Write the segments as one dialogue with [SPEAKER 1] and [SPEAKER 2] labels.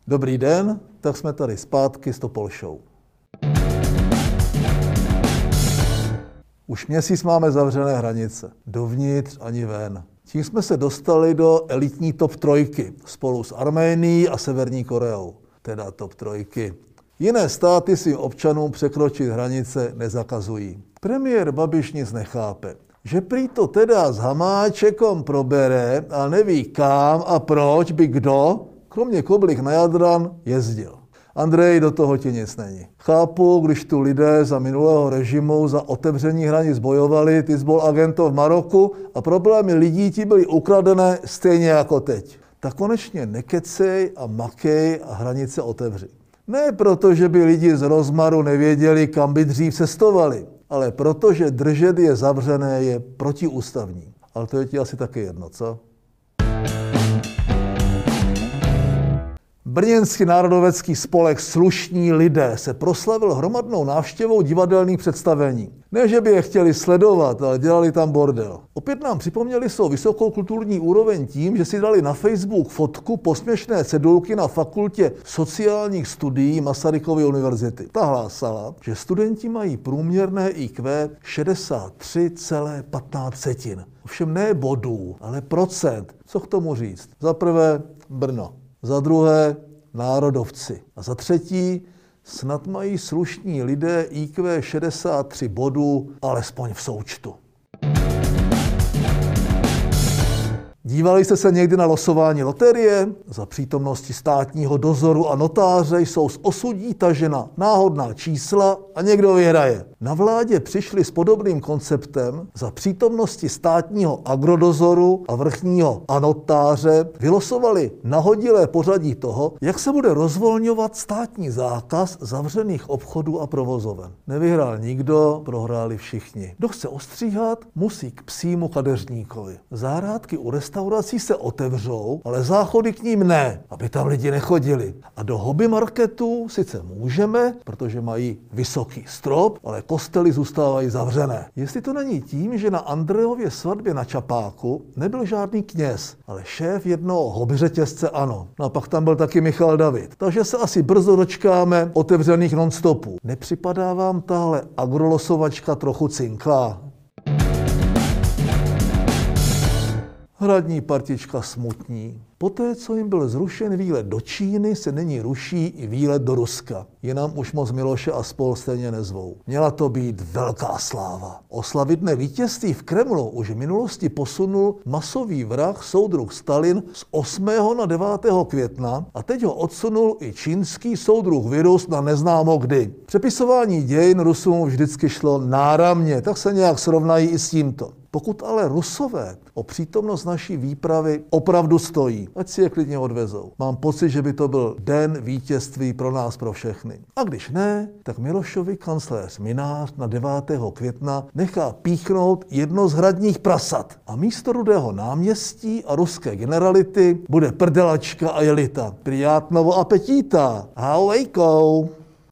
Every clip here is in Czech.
[SPEAKER 1] Dobrý den, tak jsme tady zpátky s Topol Show. Už měsíc máme zavřené hranice, dovnitř ani ven. Tím jsme se dostali do elitní top trojky spolu s Arménií a Severní Koreou, teda top trojky. Jiné státy svým občanům překročit hranice nezakazují. Premiér Babiš nic nechápe, že prý to teda s Hamáčekom probere a neví kam a proč by kdo, kromě koblih na Jadran, jezdil. Andrej, do toho ti nic není. Chápu, když tu lidé za minulého režimu za otevření hranic bojovali, ty jsi byl agentov v Maroku a problémy lidí ti byly ukradené stejně jako teď. Tak konečně nekecej a makej a hranice otevři. Ne proto, že by lidi z rozmaru nevěděli, kam by dřív cestovali, ale proto, že držet je zavřené je protiústavní. Ale to je ti asi taky jedno, co? Brněnský národovecký spolek Slušní lidé se proslavil hromadnou návštěvou divadelných představení. Ne, že by je chtěli sledovat, ale dělali tam bordel. Opět nám připomněli svou vysokou kulturní úroveň tím, že si dali na Facebook fotku posměšné cedulky na fakultě sociálních studií Masarykovy univerzity. Ta hlásala, že studenti mají průměrné IQ 63,15. Ovšem ne bodů, ale procent. Co k tomu říct? Za prvé Brno. Za druhé národovci. A za třetí, snad mají slušní lidé IQ 63 bodů, alespoň v součtu. Dívali jste se někdy na losování loterie? Za přítomnosti státního dozoru a notáře jsou z osudí tažena náhodná čísla a někdo vyhraje. Na vládě přišli s podobným konceptem, za přítomnosti státního agrodozoru a vrchního anotáře vylosovali nahodilé pořadí toho, jak se bude rozvolňovat státní zákaz zavřených obchodů a provozoven. Nevyhrál nikdo, prohráli všichni. Kdo chce ostříhat, musí k psímu kadeřníkovi. Zahrádky u restaurací se otevřou, ale záchody k ním ne, aby tam lidi nechodili. A do hobby marketů sice můžeme, protože mají vysoký strop, ale kostely zůstávají zavřené. Jestli to není tím, že na Andrejově svatbě na Čapáku nebyl žádný kněz, ale šéf jednoho hobby řetězce ANO. No a pak tam byl taky Michal David. Takže se asi brzo dočkáme otevřených non-stopů. Nepřipadá vám tahle agrolosovačka trochu cinklá? Hradní partička smutní. Poté, co jim byl zrušen výlet do Číny, se nyní ruší i výlet do Ruska. Jinam už moc Miloše a spol stejně nezvou. Měla to být velká sláva. Oslavitné vítězství v Kremlu už v minulosti posunul masový vrah soudruh Stalin z 8. na 9. května a teď ho odsunul i čínský soudruh virus na neznámo kdy. Přepisování dějin Rusům vždycky šlo náramně, tak se nějak srovnají i s tímto. Pokud ale Rusové o přítomnost naší výpravy opravdu stojí, ať si je klidně odvezou. Mám pocit, že by to byl den vítězství pro nás, pro všechny. A když ne, tak Milošovi kancléř Mynář na 9. května nechá píchnout jedno z hradních prasat. A místo Rudého náměstí a ruské generality bude prdelačka a jelita. Prijátnovo apetíta. Ahojkou.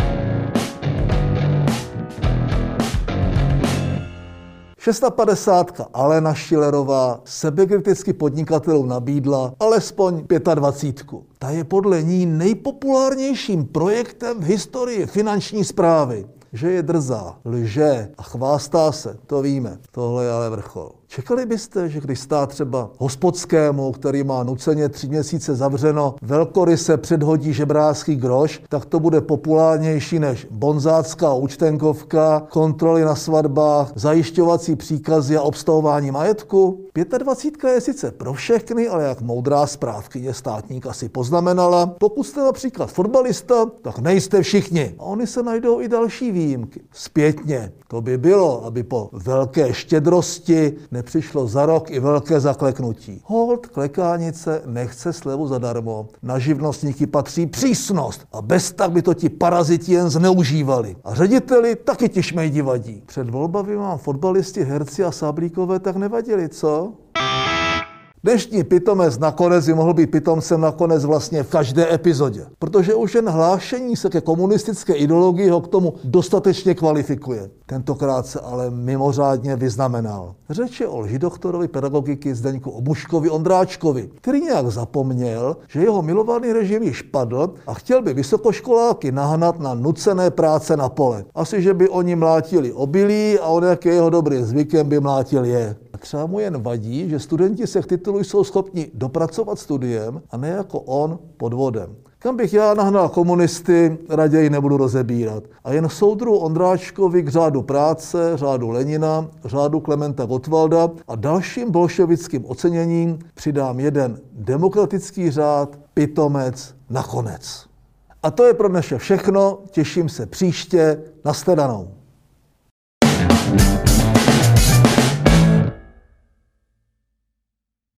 [SPEAKER 1] Šestapadesátka Alena Schillerová sebekriticky podnikatelům nabídla alespoň 25. Ta je podle ní nejpopulárnějším projektem v historii finanční správy. Že je drzá, lže a chvástá se, to víme. Tohle je ale vrchol. Čekali byste, že když stát třeba hospodskému, který má nuceně 3 měsíce zavřeno, velkoryse předhodí žebrářský groš, tak to bude populárnější než bonzácká účtenkovka, kontroly na svatbách, zajišťovací příkazy a obstavování majetku? 25 je sice pro všechny, ale jak moudrá správkyně státní kasy poznamenala, pokud jste například fotbalista, tak nejste všichni. A oni se najdou i další výjimky. Zpětně. To by bylo, aby po velké štědrosti nepřišlo za rok i velké zakleknutí. Holt klekánice nechce slevu zadarmo. Na živnostníky patří přísnost a bez tak by to ti paraziti jen zneužívali. A řediteli taky ti šmejdi vadí. Před volbami vám fotbalisti, herci a sáblíkové tak nevadili, co? Dnešní pitomec nakonec by mohl být pitomcem nakonec vlastně v každé epizodě, protože už jen hlášení se ke komunistické ideologii ho k tomu dostatečně kvalifikuje. Tentokrát se ale mimořádně vyznamenal. Řeč je o lžidoktorovi pedagogiky Zdeňku Obuškovi Ondráčkovi, který nějak zapomněl, že jeho milovaný režim již padl a chtěl by vysokoškoláky nahnat na nucené práce na pole. Asi, že by oni mlátili obilí a on, jak je jeho dobrým zvykem, by mlátil je. A třeba mu jen vadí, že studenti se k titulu jsou schopni dopracovat studiem a ne jako on podvodem. Kam bych já nahnal komunisty, raději nebudu rozebírat. A jen soudruhu Ondráčkovi k řádu práce, řádu Lenina, řádu Klementa Gottwalda a dalším bolševickým oceněním přidám jeden demokratický řád, pitomec nakonec. A to je pro dnešek všechno, těším se příště, nashledanou.